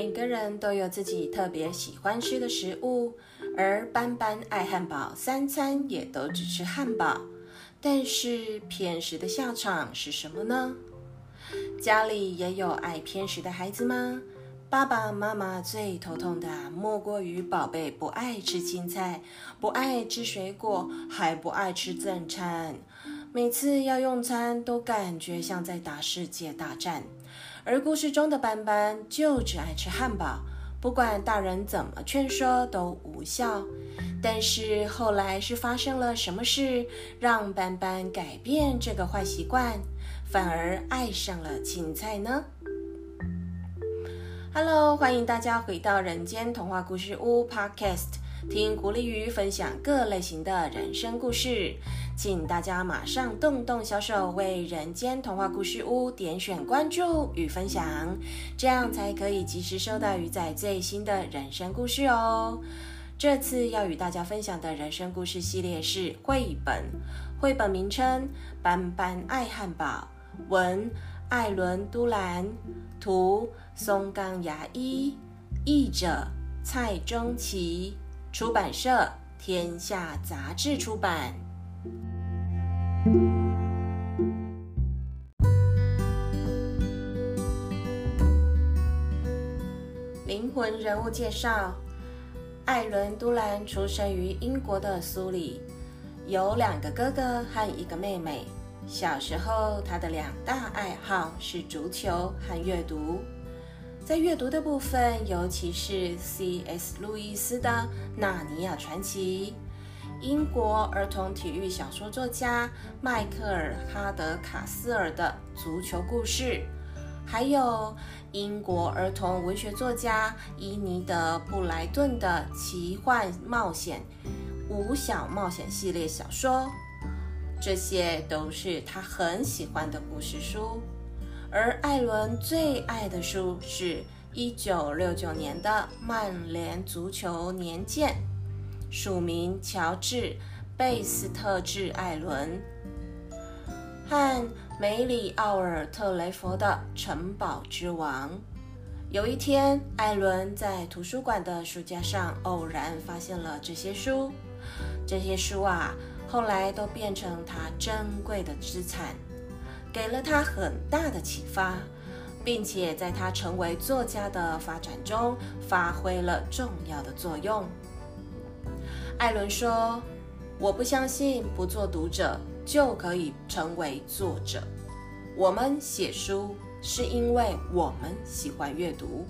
每个人都有自己特别喜欢吃的食物，而斑斑爱汉堡，3餐也都只吃汉堡。但是偏食的下场是什么呢？家里也有爱偏食的孩子吗？爸爸妈妈最头痛的莫过于宝贝不爱吃青菜，不爱吃水果，还不爱吃正餐。每次要用餐都感觉像在打世界大战。而故事中的斑斑就只爱吃汉堡，不管大人怎么劝说都无效。但是后来是发生了什么事，让斑斑改变这个坏习惯，反而爱上了青菜呢？Hello， 欢迎大家回到人间童话故事屋 Podcast， 听狐狸鱼分享各类型的人生故事。请大家马上动动小手，为人间童话故事屋点选关注与分享，这样才可以及时收到鱼仔最新的人生故事哦。这次要与大家分享的人生故事系列是绘本，绘本名称《斑斑爱汉堡》，文艾伦·都兰，图松冈牙医，译者蔡中奇，出版社天下杂志出版。灵魂人物介绍：艾伦·都兰出生于英国的苏黎，有2个哥哥和1个妹妹。小时候，他的2大爱好是足球和阅读。在阅读的部分，尤其是 C.S. 路易斯的《纳尼亚传奇》，英国儿童体育小说作家迈克尔·哈德卡斯尔的足球故事，还有英国儿童文学作家伊尼德·布莱顿的奇幻冒险5小冒险系列小说，这些都是他很喜欢的故事书。而艾伦最爱的书是1969年的曼联足球年鉴，署名乔治·贝斯特治艾伦，和梅里奥尔特雷佛的城堡之王。有一天，艾伦在图书馆的书架上偶然发现了这些书。这些书后来都变成他珍贵的资产，给了他很大的启发，并且在他成为作家的发展中发挥了重要的作用。艾伦说：“我不相信不做读者就可以成为作者。我们写书是因为我们喜欢阅读。”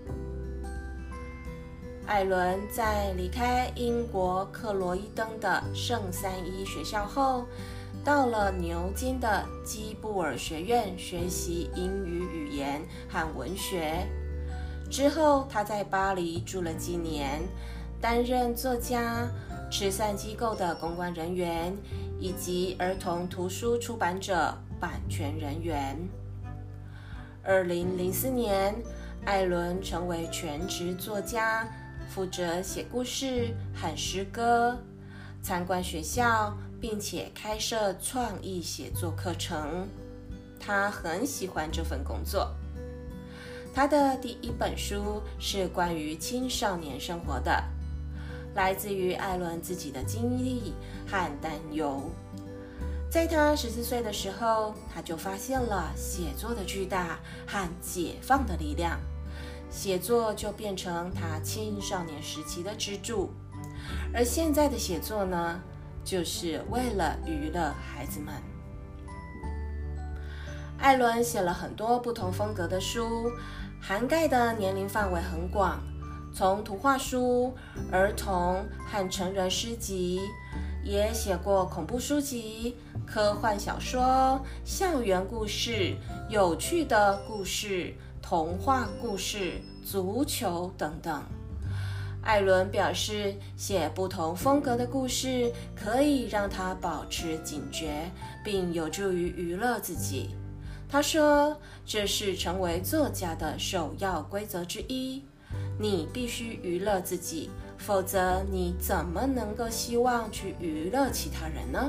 艾伦在离开英国克罗伊登的圣三一学校后，到了牛津的基布尔学院学习英语语言和文学。之后，他在巴黎住了几年，担任作家、慈善机构的公关人员以及儿童图书出版者版权人员。2004年，艾伦成为全职作家，负责写故事和诗歌，参观学校，并且开设创意写作课程。他很喜欢这份工作。他的第1本书是关于青少年生活的，来自于艾伦自己的经历和担忧。在他14岁的时候，他就发现了写作的巨大和解放的力量，写作就变成他青少年时期的支柱。而现在的写作呢，就是为了娱乐孩子们。艾伦写了很多不同风格的书，涵盖的年龄范围很广，从图画书、儿童和成人诗集，也写过恐怖书籍、科幻小说、校园故事、有趣的故事、童话故事、足球等等。艾伦表示，写不同风格的故事可以让他保持警觉，并有助于娱乐自己。他说，这是成为作家的首要规则之一。你必须娱乐自己，否则你怎么能够希望去娱乐其他人呢？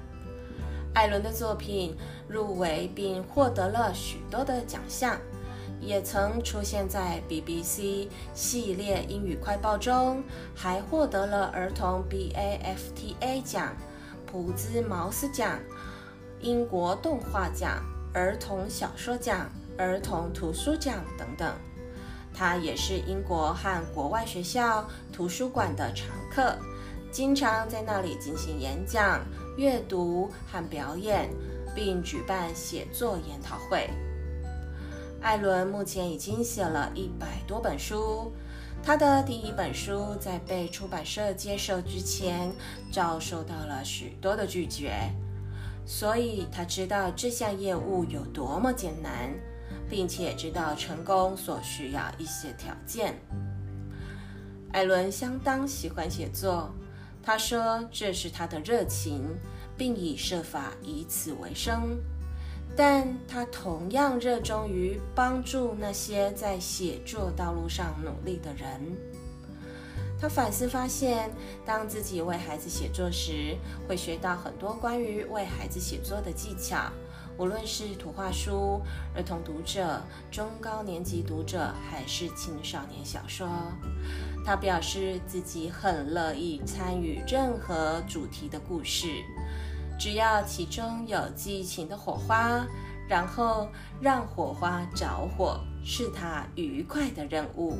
艾伦的作品入围并获得了许多的奖项， 也曾出现在 BBC 系列英语快报中，还获得了儿童 BAFTA 奖、普兹茅斯奖、英国动画奖、儿童小说奖、儿童图书奖等等。他也是英国和国外学校图书馆的常客，经常在那里进行演讲、阅读和表演，并举办写作研讨会。艾伦目前已经写了100多本书，他的第1本书在被出版社接受之前，遭受到了许多的拒绝，所以他知道这项业务有多么艰难，并且知道成功所需要一些条件。艾伦相当喜欢写作，他说这是他的热情，并以设法以此为生。但他同样热衷于帮助那些在写作道路上努力的人。他反思发现，当自己为孩子写作时，会学到很多关于为孩子写作的技巧，无论是图画书、儿童读者、中高年级读者，还是青少年小说。他表示自己很乐意参与任何主题的故事，只要其中有激情的火花，然后让火花着火，是他愉快的任务。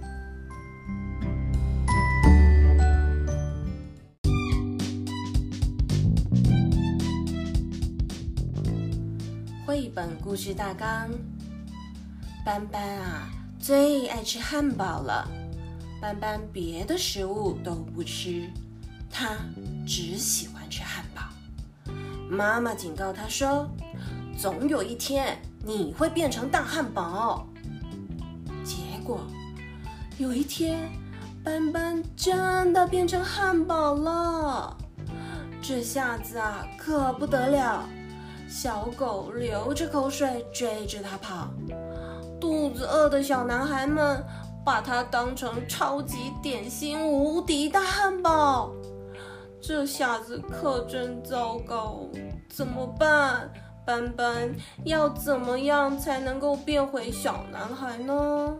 绘本故事大纲：斑斑啊，最爱吃汉堡了。斑斑别的食物都不吃，他只喜欢吃汉堡。妈妈警告他说，总有一天你会变成大汉堡。结果有一天，斑斑真的变成汉堡了。这下子啊，可不得了，小狗流着口水追着他跑，肚子饿的小男孩们把它当成超级点心无敌大汉堡。这下子可真糟糕，怎么办？斑斑要怎么样才能够变回小男孩呢？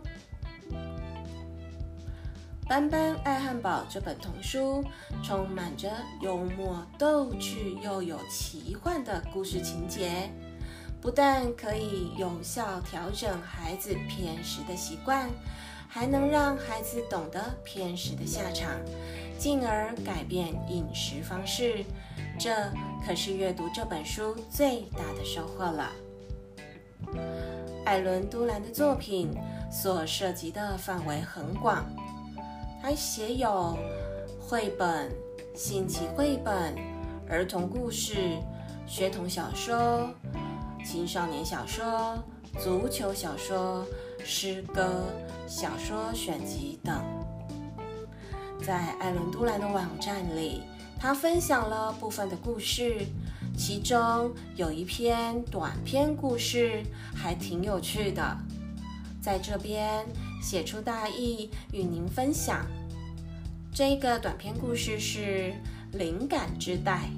斑斑爱汉堡这本童书充满着幽默逗趣又有奇幻的故事情节，不但可以有效调整孩子偏食的习惯，还能让孩子懂得偏食的下场，进而改变饮食方式。这可是阅读这本书最大的收获了。艾伦·都兰的作品所涉及的范围很广，他写有绘本、新奇绘本、儿童故事、学童小说、青少年小说、足球小说、诗歌、小说选集等。在艾伦·都兰的网站里，他分享了部分的故事，其中有一篇短篇故事还挺有趣的，在这边写出大意与您分享。这个短篇故事是灵感之带。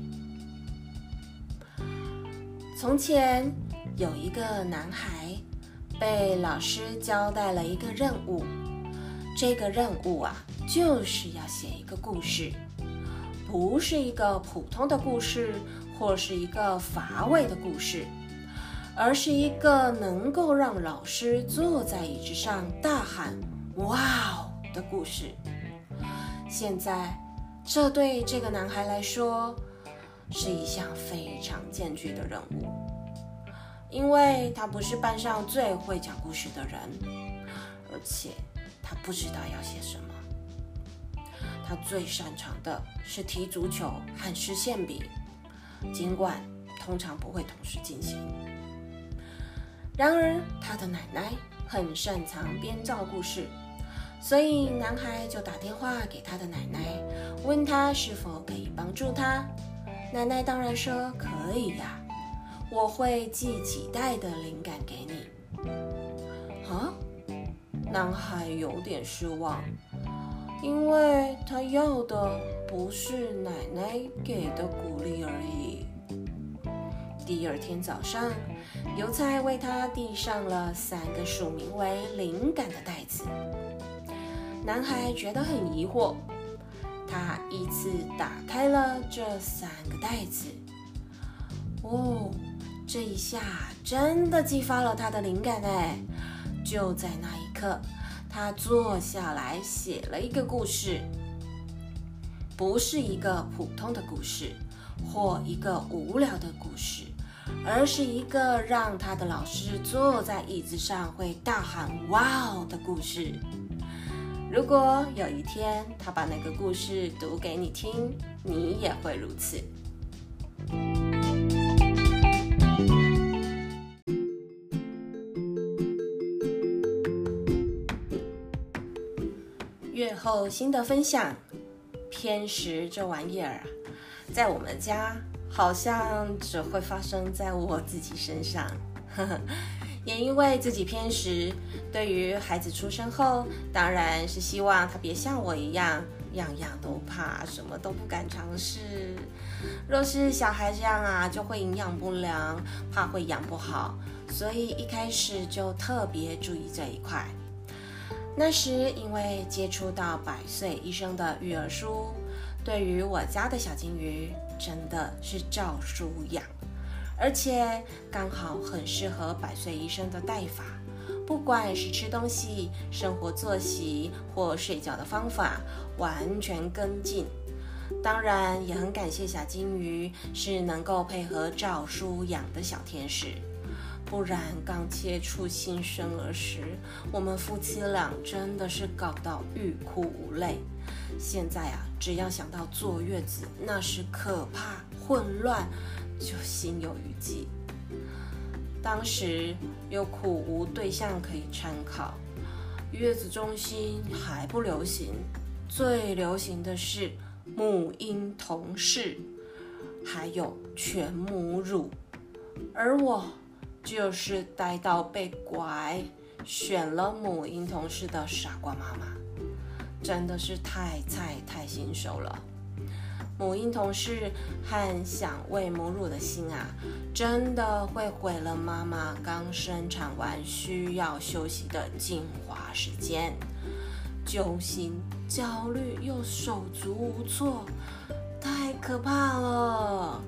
从前有一个男孩，被老师交代了一个任务，这个任务啊，就是要写一个故事，不是一个普通的故事，或是一个乏味的故事，而是一个能够让老师坐在椅子上大喊哇哦的故事。现在这对这个男孩来说是一项非常艰巨的任务，因为他不是班上最会讲故事的人，而且他不知道要写什么。他最擅长的是踢足球和诗线笔，尽管通常不会同时进行。然而他的奶奶很擅长编造故事，所以男孩就打电话给他的奶奶，问他是否可以帮助他。奶奶当然说可以呀，我会寄几袋的灵感给你。啊？男孩有点失望，因为他要的不是奶奶给的鼓励而已。 第二天早上，邮差为他递上了3个署名为灵感的袋子。男孩觉得很疑惑，他依次打开了这3个袋子。哦，这一下真的激发了他的灵感哎！就在那一刻，他坐下来写了一个故事，不是一个普通的故事，或一个无聊的故事，而是一个让他的老师坐在椅子上会大喊“哇哦”的故事。如果有一天他把那个故事读给你听，你也会如此。月后心得分享，偏食这玩意儿啊，在我们家好像只会发生在我自己身上。也因为自己偏食，对于孩子出生后，当然是希望他别像我一样，样样都怕，什么都不敢尝试。若是小孩这样啊，就会营养不良，怕会养不好，所以一开始就特别注意这一块。那时因为接触到100岁医生的育儿书，对于我家的小金鱼真的是照书养，而且刚好很适合100岁医生的带法，不管是吃东西、生活作息或睡觉的方法，完全跟进。当然也很感谢小金鱼是能够配合照书养的小天使，不然刚接触新生儿时，我们夫妻俩真的是搞到欲哭无泪。现在啊，只要想到坐月子，那是可怕混乱，就心有余悸。当时又苦无对象可以参考，月子中心还不流行，最流行的是母婴同室，还有全母乳，而我就是呆到被拐，选了母婴同室的傻瓜妈妈，真的是太菜太新手了。母婴同室和想喂母乳的心啊，真的会毁了妈妈刚生产完需要休息的精华时间，揪心、焦虑又手足无措，太可怕了。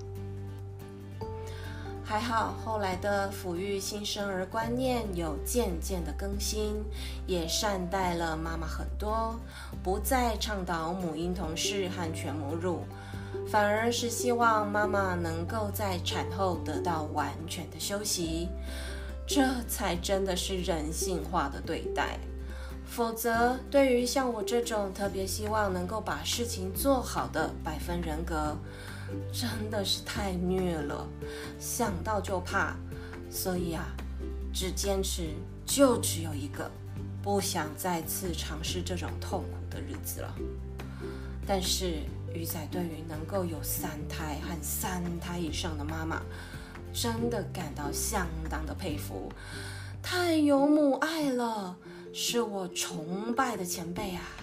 还好后来的抚育新生儿观念有渐渐的更新，也善待了妈妈很多，不再倡导母婴同室和全母乳，反而是希望妈妈能够在产后得到完全的休息，这才真的是人性化的对待。否则对于像我这种特别希望能够把事情做好的100分人格，真的是太虐了，想到就怕。所以啊，只坚持就只有一个，不想再次尝试这种痛苦的日子了。但是鱼仔对于能够有3胎和3胎以上的妈妈，真的感到相当的佩服，太有母爱了，是我崇拜的前辈啊。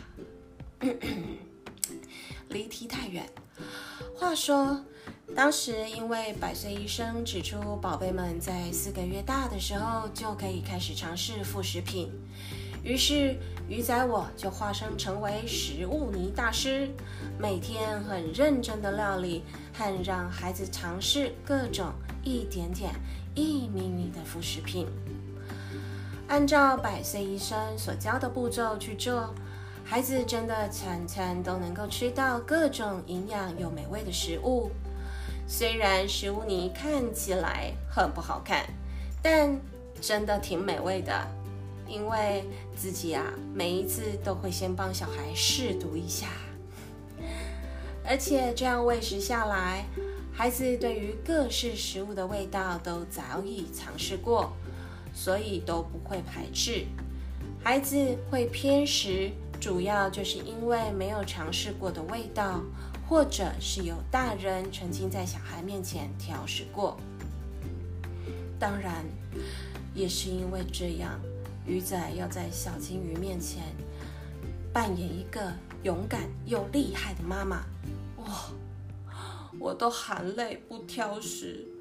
离题太远。话说，当时因为100岁医生指出，宝贝们在4个月大的时候就可以开始尝试副食品，于是鱼仔我就化身成为食物泥大师，每天很认真的料理和让孩子尝试各种一点点、1咪咪的副食品。按照100岁医生所教的步骤去做，孩子真的餐餐都能够吃到各种营养又美味的食物。虽然食物泥看起来很不好看，但真的挺美味的。因为自己啊，每一次都会先帮小孩试读一下，而且这样喂食下来，孩子对于各式食物的味道都早已尝试过，所以都不会排斥。孩子会偏食，主要就是因为没有尝试过的味道，或者是有大人曾经在小孩面前挑食过。当然，也是因为这样，鱼仔要在小金鱼面前扮演一个勇敢又厉害的妈妈，哇，我都含泪不挑食，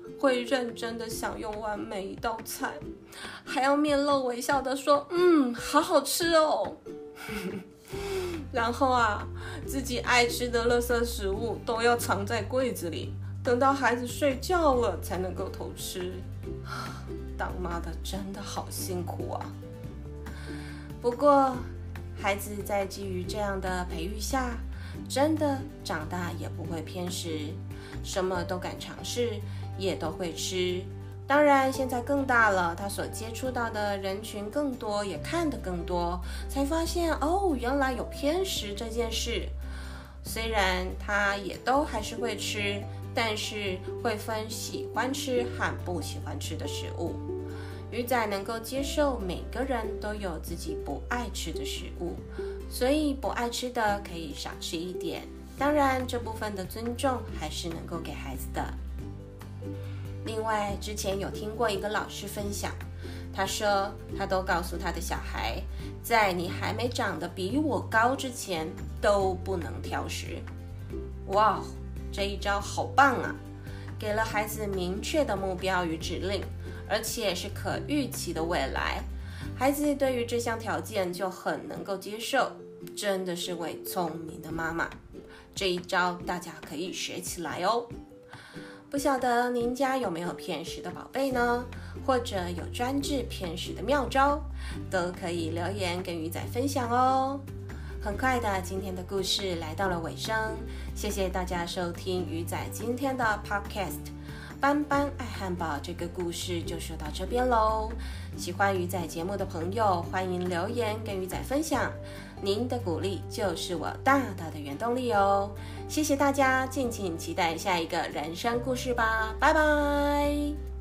会认真的享用完每一道菜，还要面露微笑的说好好吃哦。然后自己爱吃的垃圾食物都要藏在柜子里，等到孩子睡觉了才能够偷吃。当妈的真的好辛苦啊。不过孩子在基于这样的培育下，真的长大也不会偏食，什么都敢尝试，也都会吃。当然现在更大了，他所接触到的人群更多，也看得更多，才发现原来有偏食这件事。虽然他也都还是会吃，但是会分喜欢吃和不喜欢吃的食物。鱼仔能够接受每个人都有自己不爱吃的食物，所以不爱吃的可以少吃一点，当然这部分的尊重还是能够给孩子的。另外之前有听过一个老师分享，他说他都告诉他的小孩，在你还没长得比我高之前都不能挑食。哇，这一招好棒啊，给了孩子明确的目标与指令，而且是可预期的未来。孩子对于这项条件就很能够接受，真的是位聪明的妈妈。这一招大家可以学起来哦。不晓得您家有没有偏食的宝贝呢？或者有专治偏食的妙招，都可以留言跟鱼仔分享哦。很快的，今天的故事来到了尾声，谢谢大家收听鱼仔今天的 podcast。斑斑爱汉堡这个故事就说到这边咯。喜欢鱼仔节目的朋友，欢迎留言跟鱼仔分享，您的鼓励就是我大大的原动力哦。谢谢大家，敬请期待下一个人生故事吧，拜拜。